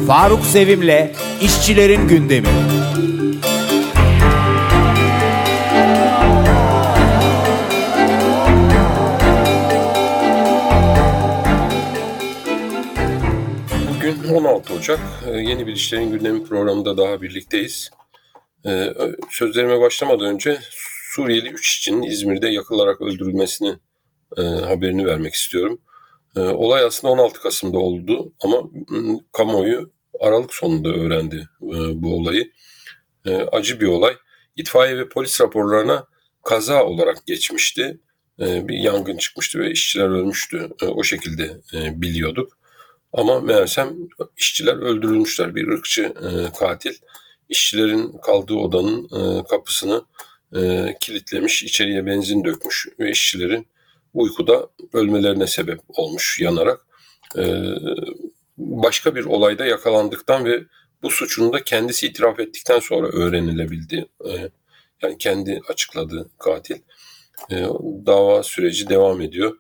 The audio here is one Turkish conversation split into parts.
Faruk Sevim'le İşçilerin Gündemi. Bugün 16 Ocak, yeni bir İşçilerin Gündemi programında daha birlikteyiz. Sözlerime başlamadan önce Suriyeli 3 işçinin İzmir'de yakılarak öldürülmesini haberini vermek istiyorum. Olay aslında 16 Kasım'da oldu ama kamuoyu Aralık sonunda öğrendi bu olayı. Acı bir olay. İtfaiye ve polis raporlarına kaza olarak geçmişti. Bir yangın çıkmıştı ve işçiler ölmüştü. O şekilde biliyorduk. Ama meğersem işçiler öldürülmüşler. Bir ırkçı katil işçilerin kaldığı odanın kapısını kilitlemiş, içeriye benzin dökmüş ve işçilerin uykuda ölmelerine sebep olmuş yanarak. Başka bir olayda yakalandıktan ve bu suçunu da kendisi itiraf ettikten sonra öğrenilebildi. Yani kendi açıkladığı katil. Dava süreci devam ediyor.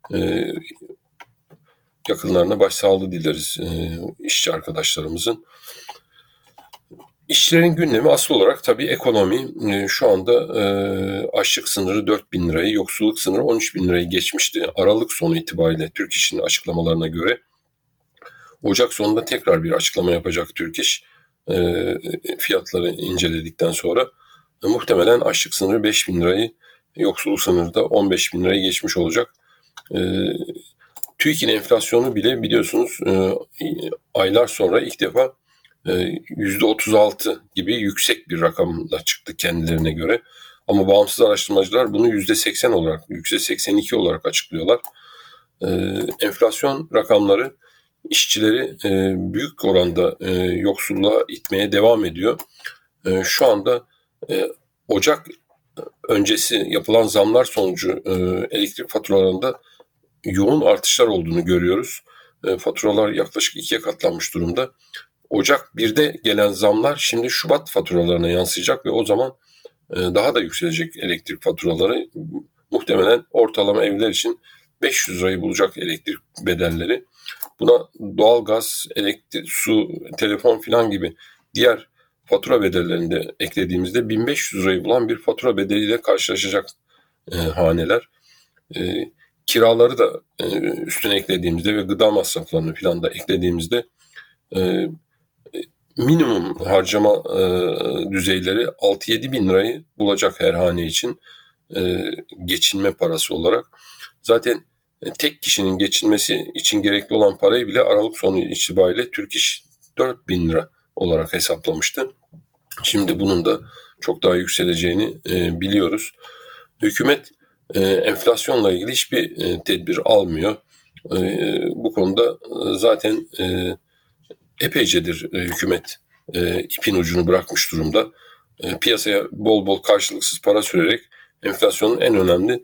Yakınlarına başsağlığı dileriz işçi arkadaşlarımızın. İşçilerin gündemi asıl olarak tabii ekonomi. Şu anda açlık sınırı 4.000 lirayı, yoksulluk sınırı 13.000 lirayı geçmişti. Aralık sonu itibariyle Türk İş'in açıklamalarına göre. Ocak sonunda tekrar bir açıklama yapacak Türk İş fiyatları inceledikten sonra. Muhtemelen açlık sınırı 5.000 lirayı, yoksulluk sınırı da 15.000 lirayı geçmiş olacak. TÜİK'in enflasyonu bile biliyorsunuz aylar sonra ilk defa %36 gibi yüksek bir rakamla çıktı kendilerine göre. Ama bağımsız araştırmacılar bunu %80 olarak, %82 olarak açıklıyorlar. Enflasyon rakamları işçileri büyük oranda yoksulluğa itmeye devam ediyor. Şu anda Ocak öncesi yapılan zamlar sonucu elektrik faturalarında yoğun artışlar olduğunu görüyoruz. Faturalar yaklaşık 2'ye katlanmış durumda. Ocak 1'de gelen zamlar şimdi Şubat faturalarına yansıyacak ve o zaman daha da yükselecek elektrik faturaları. Muhtemelen ortalama evler için 500 lirayı bulacak elektrik bedelleri. Buna doğalgaz, elektrik, su, telefon filan gibi diğer fatura bedellerini de eklediğimizde 1500 lirayı bulan bir fatura bedeliyle karşılaşacak haneler. Kiraları da üstüne eklediğimizde ve gıda masraflarını filan da eklediğimizde minimum harcama düzeyleri 6-7 bin lirayı bulacak her hane için geçinme parası olarak. Zaten tek kişinin geçinmesi için gerekli olan parayı bile Aralık sonu itibariyle Türk İş 4 bin lira olarak hesaplamıştı. Şimdi bunun da çok daha yükseleceğini biliyoruz. Hükümet enflasyonla ilgili hiçbir tedbir almıyor. Bu konuda zaten epeycedir hükümet ipin ucunu bırakmış durumda. Piyasaya bol bol karşılıksız para sürerek enflasyonun en önemli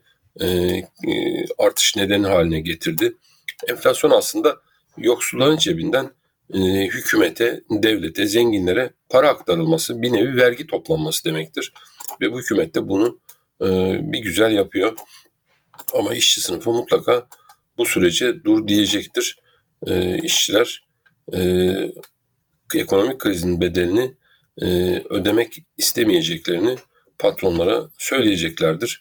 artış nedeni haline getirdi. Enflasyon aslında yoksulların cebinden hükümete, devlete, zenginlere para aktarılması, bir nevi vergi toplanması demektir. Ve bu hükümet de bunu bir güzel yapıyor. Ama işçi sınıfı mutlaka bu sürece dur diyecektir. İşçiler ekonomik krizin bedelini ödemek istemeyeceklerini patronlara söyleyeceklerdir.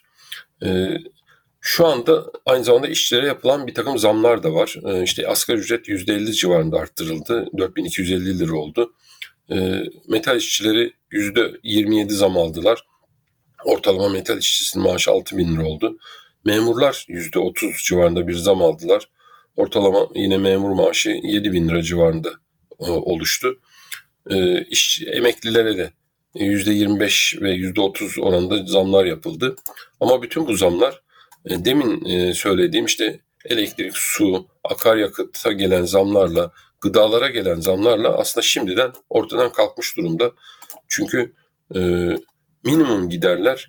Şu anda aynı zamanda işçilere yapılan bir takım zamlar da var. İşte asgari ücret %50 civarında arttırıldı. 4.250 lira oldu. Metal işçileri %27 zam aldılar. Ortalama metal işçisinin maaşı 6.000 lira oldu. Memurlar %30 civarında bir zam aldılar. Ortalama yine memur maaşı 7.000 lira civarında oluştu. Emeklilere de %25 ve %30 oranında zamlar yapıldı. Ama bütün bu zamlar demin söylediğim işte elektrik, su, akaryakıta gelen zamlarla, gıdalara gelen zamlarla aslında şimdiden ortadan kalkmış durumda. Çünkü minimum giderler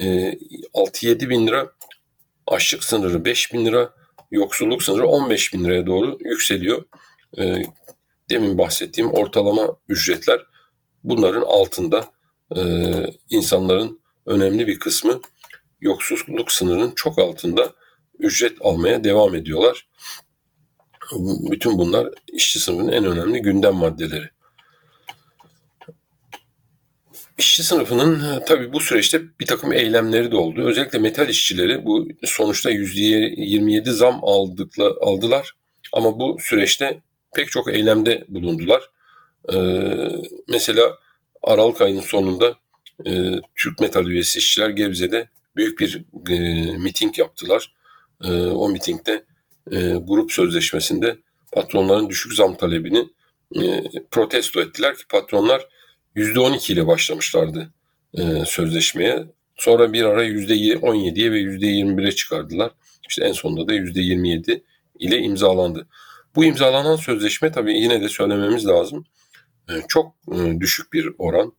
6-7 bin lira, açlık sınırı 5 bin lira, yoksulluk sınırı 15 bin liraya doğru yükseliyor. Demin bahsettiğim ortalama ücretler bunların altında. İnsanların önemli bir kısmı yoksulluk sınırının çok altında ücret almaya devam ediyorlar. Bütün bunlar işçi sınıfının en önemli gündem maddeleri. İşçi sınıfının tabii bu süreçte bir takım eylemleri de oldu. Özellikle metal işçileri bu sonuçta %27 zam aldılar. Ama bu süreçte pek çok eylemde bulundular. Mesela Aralık ayının sonunda Türk Metal üyesi işçiler Gebze'de büyük bir miting yaptılar. O mitingde grup sözleşmesinde patronların düşük zam talebini protesto ettiler ki patronlar %12 ile başlamışlardı sözleşmeye. Sonra bir ara %17'ye ve %21'e çıkardılar. İşte en sonunda da %27 ile imzalandı. Bu imzalanan sözleşme tabii yine de söylememiz lazım. Çok düşük bir oran.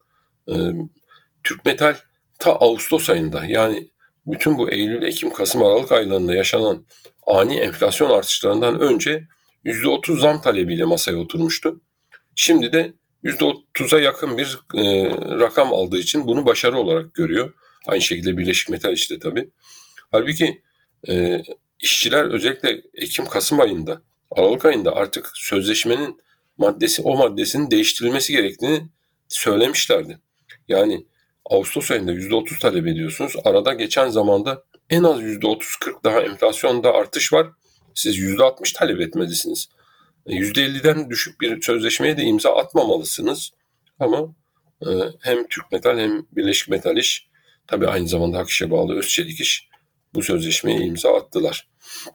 Türk Metal ta Ağustos ayında, yani bütün bu Eylül, Ekim, Kasım, Aralık aylarında yaşanan ani enflasyon artışlarından önce %30 zam talebiyle masaya oturmuştu. Şimdi de %30'a yakın bir rakam aldığı için bunu başarı olarak görüyor. Aynı şekilde Birleşik Metal işte tabii. Halbuki işçiler özellikle Ekim-Kasım ayında, Aralık ayında artık sözleşmenin o maddesinin değiştirilmesi gerektiğini söylemişlerdi. Yani Ağustos ayında %30 talep ediyorsunuz. Arada geçen zamanda en az %30-40 daha enflasyonda artış var. Siz %60 talep etmelisiniz. %50'den düşük bir sözleşmeye de imza atmamalısınız. Ama hem Türk Metal hem Birleşik Metal İş, tabii aynı zamanda Akiş'e bağlı Özçelik İş bu sözleşmeye imza attılar.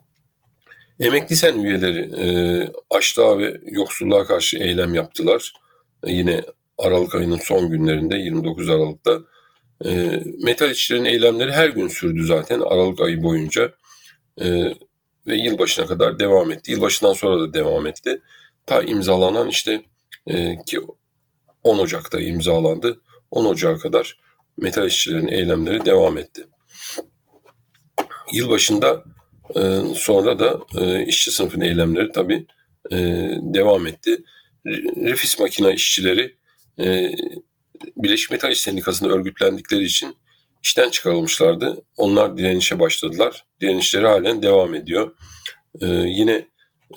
Emekli Sen üyeleri açlığa ve yoksulluğa karşı eylem yaptılar. Yine Aralık ayının son günlerinde 29 Aralık'ta. Metal işçilerin eylemleri her gün sürdü zaten Aralık ayı boyunca. Ve yılbaşına kadar devam etti. Yılbaşından sonra da devam etti. Ta imzalanan işte ki 10 Ocak'ta imzalandı. 10 Ocak'a kadar metal işçilerin eylemleri devam etti. Yılbaşında sonra da işçi sınıfının eylemleri tabii devam etti. Refis makina işçileri Birleşik Metal İş Sendikası'nda örgütlendikleri için işten çıkarılmışlardı. Onlar direnişe başladılar. Direnişleri halen devam ediyor. Yine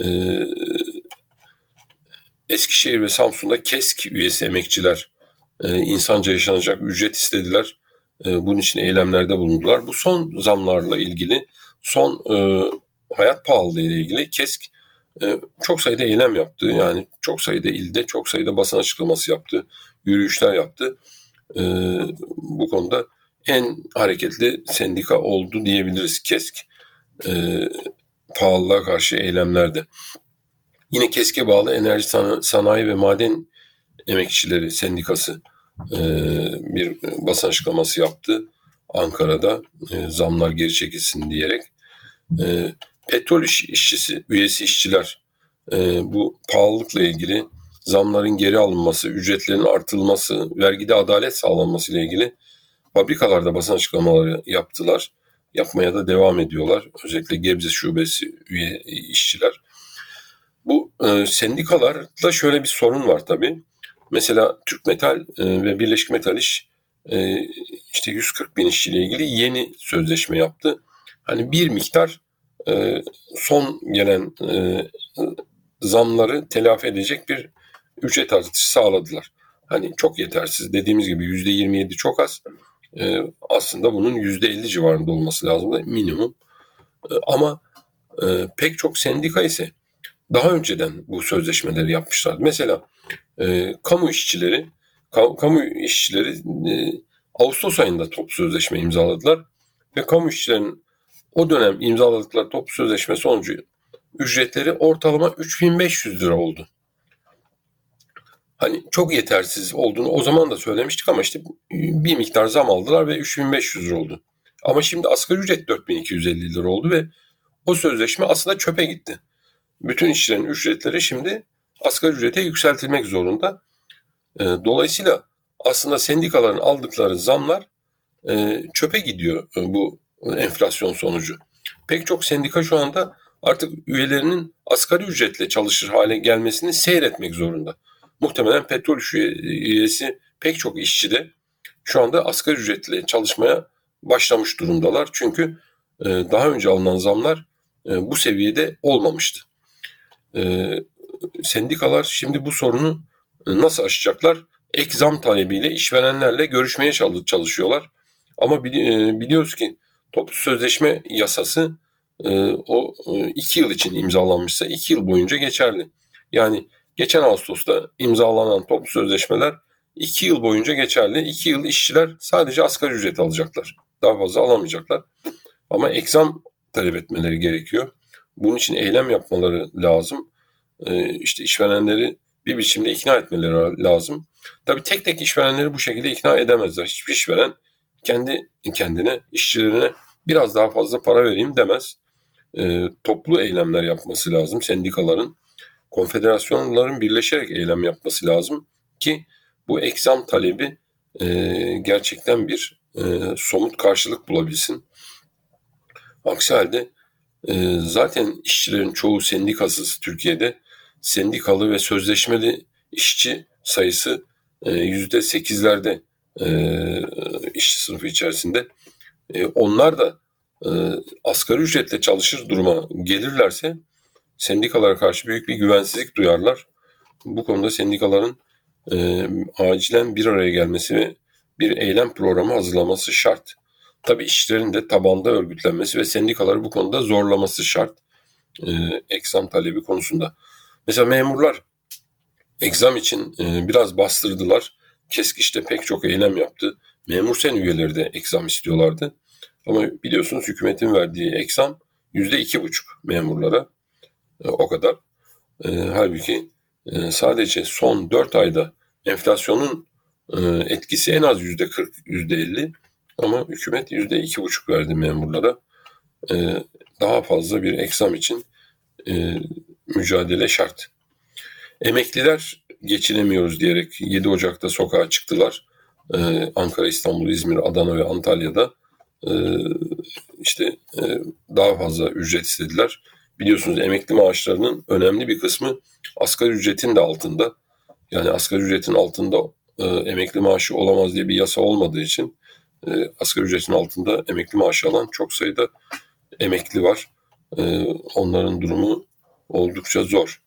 Eskişehir ve Samsun'da KESK üyesi emekçiler insanca yaşanacak ücret istediler. Bunun için eylemlerde bulundular. Bu son zamlarla ilgili, son hayat pahalılığı ile ilgili KESK çok sayıda eylem yaptı. Yani çok sayıda ilde, çok sayıda basın açıklaması yaptı. Yürüyüşler yaptı. Bu konuda en hareketli sendika oldu diyebiliriz KESK. Pahalılığa karşı eylemlerde. Yine KESK'e bağlı Enerji Sanayi ve Maden Emekçileri Sendikası bir basın açıklaması yaptı Ankara'da, zamlar geri çekilsin diyerek. Petrol işçisi, üyesi işçiler bu pahalılıkla ilgili zamların geri alınması, ücretlerin artırılması, vergide adalet sağlanması ile ilgili fabrikalarda basın açıklamaları yaptılar. Yapmaya da devam ediyorlar. Özellikle Gebze Şubesi üye işçiler. Bu sendikalarda şöyle bir sorun var tabii. Mesela Türk Metal ve Birleşik Metal İş işte 140 bin işçiyle ilgili yeni sözleşme yaptı. Hani bir miktar son gelen zamları telafi edecek bir ücret artışı sağladılar. Hani çok yetersiz. Dediğimiz gibi %27 çok az. Aslında bunun %50 civarında olması lazım da minimum. Ama pek çok sendika ise daha önceden bu sözleşmeleri yapmışlardı. Mesela kamu işçileri Ağustos ayında toplu sözleşme imzaladılar ve kamu işçilerinin o dönem imzaladıkları toplu sözleşme sonucu ücretleri ortalama 3.500 lira oldu. Hani çok yetersiz olduğunu o zaman da söylemiştik ama işte bir miktar zam aldılar ve 3.500 lira oldu. Ama şimdi asgari ücret 4.250 lira oldu ve o sözleşme aslında çöpe gitti. Bütün işçilerin ücretleri şimdi asgari ücrete yükseltilmek zorunda. Dolayısıyla aslında sendikaların aldıkları zamlar çöpe gidiyor bu enflasyon sonucu. Pek çok sendika şu anda artık üyelerinin asgari ücretle çalışır hale gelmesini seyretmek zorunda. Muhtemelen petrol üyesi pek çok işçi de şu anda asgari ücretle çalışmaya başlamış durumdalar. Çünkü daha önce alınan zamlar bu seviyede olmamıştı. Sendikalar şimdi bu sorunu nasıl aşacaklar? Ek zam talebiyle işverenlerle görüşmeye çalışıyorlar. Ama biliyoruz ki toplu sözleşme yasası o 2 yıl için imzalanmışsa 2 yıl boyunca geçerli. Yani geçen Ağustos'ta imzalanan toplu sözleşmeler 2 yıl boyunca geçerli. 2 yıl işçiler sadece asgari ücret alacaklar. Daha fazla alamayacaklar. Ama ek zam talep etmeleri gerekiyor. Bunun için eylem yapmaları lazım. İşte işverenleri bir biçimde ikna etmeleri lazım. Tabii tek tek işverenleri bu şekilde ikna edemezler. Hiçbir işveren kendi kendine, işçilerine biraz daha fazla para vereyim demez. Toplu eylemler yapması lazım. Sendikaların, konfederasyonların birleşerek eylem yapması lazım ki bu ek zam talebi gerçekten bir somut karşılık bulabilsin. Aksi halde zaten işçilerin çoğu sendikasız Türkiye'de. Sendikalı ve sözleşmeli işçi sayısı %8'lerde işçi sınıfı içerisinde. Onlar da asgari ücretle çalışır duruma gelirlerse sendikalara karşı büyük bir güvensizlik duyarlar. Bu konuda sendikaların acilen bir araya gelmesi ve bir eylem programı hazırlaması şart. Tabii işçilerin de tabanda örgütlenmesi ve sendikaları bu konuda zorlaması şart. Ek zam talebi konusunda. Mesela memurlar ek zam için biraz bastırdılar. KESK pek çok eylem yaptı. Memur sen üyeleri de ek zam istiyorlardı. Ama biliyorsunuz hükümetin verdiği ek zam %2,5 memurlara. O kadar. Halbuki sadece son 4 ayda enflasyonun etkisi en az %40, %50 ama hükümet %2,5 verdi memurlara. Daha fazla bir ek zam için mücadele şart. Emekliler geçinemiyoruz diyerek 7 Ocak'ta sokağa çıktılar. Ankara, İstanbul, İzmir, Adana ve Antalya'da daha fazla ücret istediler. Biliyorsunuz emekli maaşlarının önemli bir kısmı asgari ücretin de altında. Yani asgari ücretin altında emekli maaşı olamaz diye bir yasa olmadığı için asgari ücretin altında emekli maaşı alan çok sayıda emekli var. Onların durumu oldukça zor.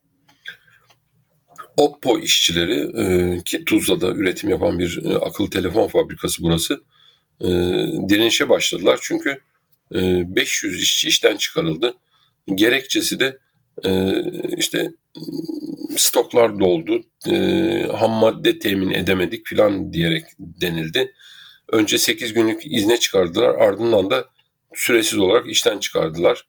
Oppo işçileri ki Tuzla'da üretim yapan bir akıllı telefon fabrikası burası direnişe başladılar. Çünkü 500 işçi işten çıkarıldı. Gerekçesi de stoklar doldu, ham madde temin edemedik filan diyerek denildi. Önce 8 günlük izne çıkardılar, ardından da süresiz olarak işten çıkardılar.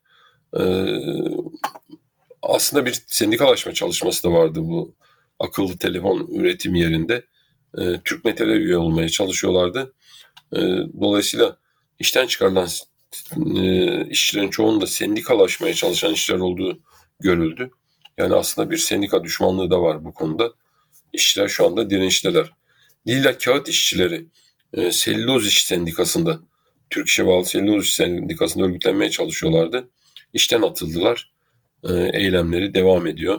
Aslında bir sendikalaşma çalışması da vardı bu akıllı telefon üretim yerinde. Türkmetel'e üye olmaya çalışıyorlardı. Dolayısıyla işten çıkarılan işçilerin çoğunun da sendikalaşmaya çalışan işçiler olduğu görüldü. Yani aslında bir sendika düşmanlığı da var bu konuda. İşçiler şu anda dirençteler. Lila Kağıt işçileri Selüloz İş Sendikası'nda, Türk İş'e bağlı Selüloz İş Sendikası'nda örgütlenmeye çalışıyorlardı. İşten atıldılar. Eylemleri devam ediyor.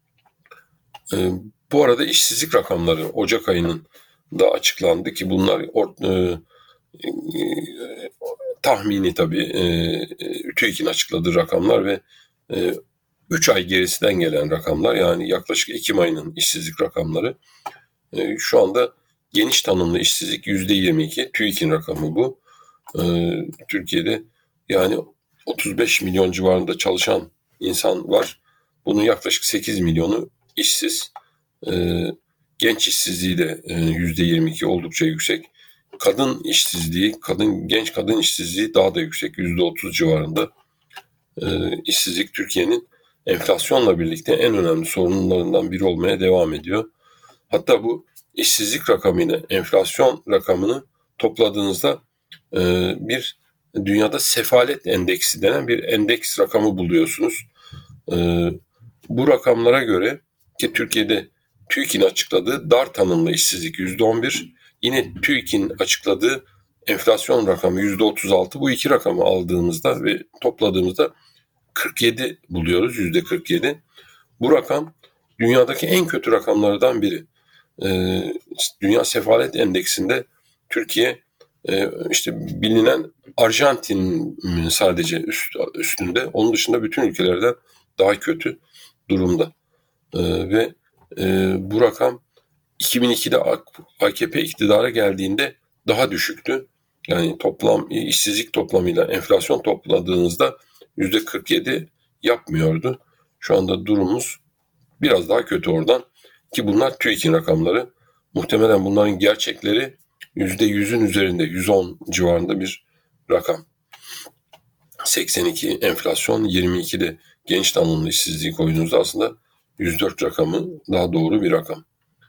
Bu arada işsizlik rakamları Ocak ayının da açıklandı ki bunlar tahmini tabii TÜİK'in açıkladığı rakamlar ve 3 ay gerisinden gelen rakamlar, yani yaklaşık Ekim ayının işsizlik rakamları. Şu anda geniş tanımlı işsizlik %22, TÜİK'in rakamı bu. Türkiye'de yani 35 milyon civarında çalışan insan var. Bunun yaklaşık 8 milyonu işsiz. Genç işsizliği de %22 oldukça yüksek. Kadın işsizliği, genç kadın işsizliği daha da yüksek, %30 civarında. İşsizlik Türkiye'nin enflasyonla birlikte en önemli sorunlarından biri olmaya devam ediyor. Hatta bu işsizlik rakamıyla enflasyon rakamını topladığınızda bir dünyada sefalet endeksi denen bir endeks rakamı buluyorsunuz. Bu rakamlara göre ki Türkiye'de TÜİK'in açıkladığı dar tanımlı işsizlik %11, yine TÜİK'in açıkladığı enflasyon rakamı %36. Bu iki rakamı aldığımızda ve topladığımızda 47 buluyoruz, %47. Bu rakam dünyadaki en kötü rakamlardan biri. Dünya Sefalet Endeksinde Türkiye bilinen Arjantin sadece üstünde. Onun dışında bütün ülkelerden daha kötü. durumda. Ve bu rakam 2002'de AKP iktidara geldiğinde daha düşüktü. Yani toplam işsizlik toplamıyla enflasyon topladığınızda %47 yapmıyordu. Şu anda durumumuz biraz daha kötü oradan. Ki bunlar TÜİK'in rakamları. Muhtemelen bunların gerçekleri %100'ün üzerinde, 110 civarında bir rakam. 82 enflasyon, 22'de genç tanımlı işsizliği koyduğunuzda aslında 104 rakamı daha doğru bir rakam.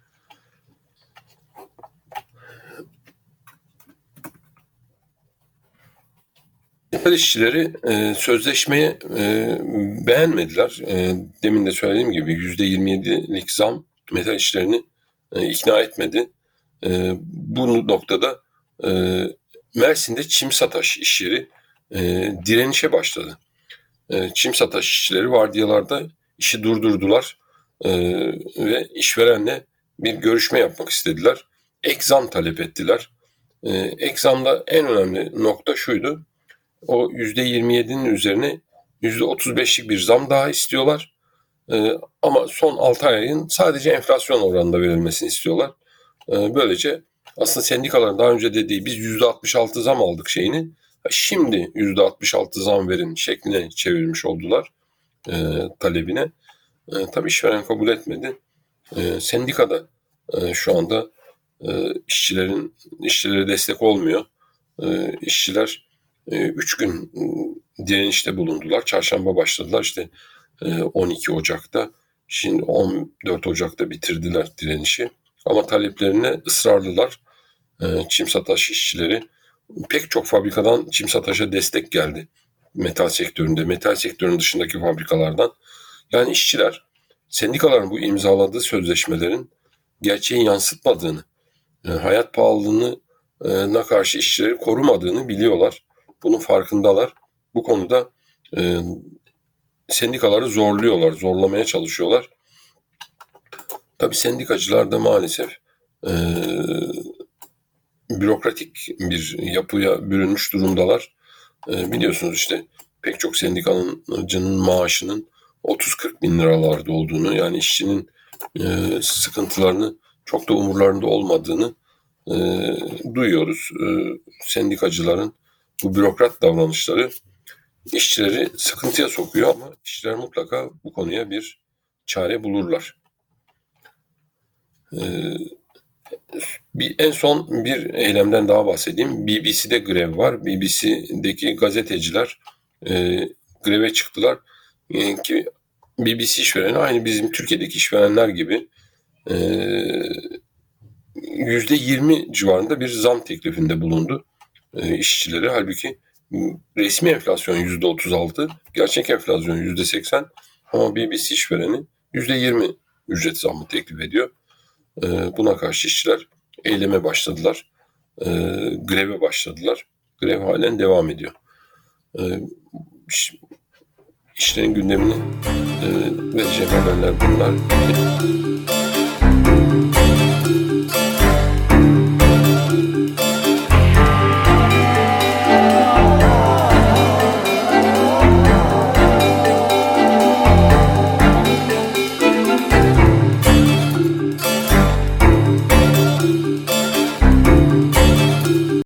Metal işçileri sözleşmeyi beğenmediler. Demin de söylediğim gibi %27'lik zam metal işçilerini ikna etmedi. Bu noktada Mersin'de Çimsataş iş yeri direnişe başladı. Çimsataş işçileri vardiyalarda işi durdurdular ve işverenle bir görüşme yapmak istediler. Ek zam talep ettiler. Ek zamda en önemli nokta şuydu. O %27'nin üzerine %35'lik bir zam daha istiyorlar. Ama son 6 ayın sadece enflasyon oranında verilmesini istiyorlar. Böylece aslında sendikaların daha önce dediği biz %66 zam aldık şeyini şimdi %66 zam verin şekline çevirmiş oldular talebine. Tabii işveren kabul etmedi. Sendikada şu anda işçilere destek olmuyor. İşçiler 3 gün direnişte bulundular. Çarşamba başladılar işte 12 Ocak'ta. Şimdi 14 Ocak'ta bitirdiler direnişi. Ama taleplerine ısrarlılar. Çimsataş işçileri. Pek çok fabrikadan Çimsataş'a destek geldi. Metal sektöründe, metal sektörünün dışındaki fabrikalardan. Yani işçiler sendikaların bu imzaladığı sözleşmelerin gerçeği yansıtmadığını, hayat pahalılığına karşı işçileri korumadığını biliyorlar. Bunun farkındalar. Bu konuda sendikaları zorlamaya çalışıyorlar. Tabii sendikacılar da maalesef bürokratik bir yapıya bürünmüş durumdalar. Biliyorsunuz işte pek çok sendikacının maaşının 30-40 bin liralarda olduğunu, yani işçinin sıkıntılarını çok da umurlarında olmadığını duyuyoruz. Sendikacıların bu bürokrat davranışları işçileri sıkıntıya sokuyor ama işçiler mutlaka bu konuya bir çare bulurlar. En son bir eylemden daha bahsedeyim. BBC'de grev var. BBC'deki gazeteciler greve çıktılar. Ki BBC işvereni aynı bizim Türkiye'deki işverenler gibi %20 civarında bir zam teklifinde bulundu işçileri. Halbuki resmi enflasyon %36, gerçek enflasyon %80 ama BBC işvereni %20 ücret zammı teklif ediyor. Buna karşı işçiler eyleme başladılar. Greve başladılar. Grev halen devam ediyor. İşlerin gündemini vereceğim haberler bunlar.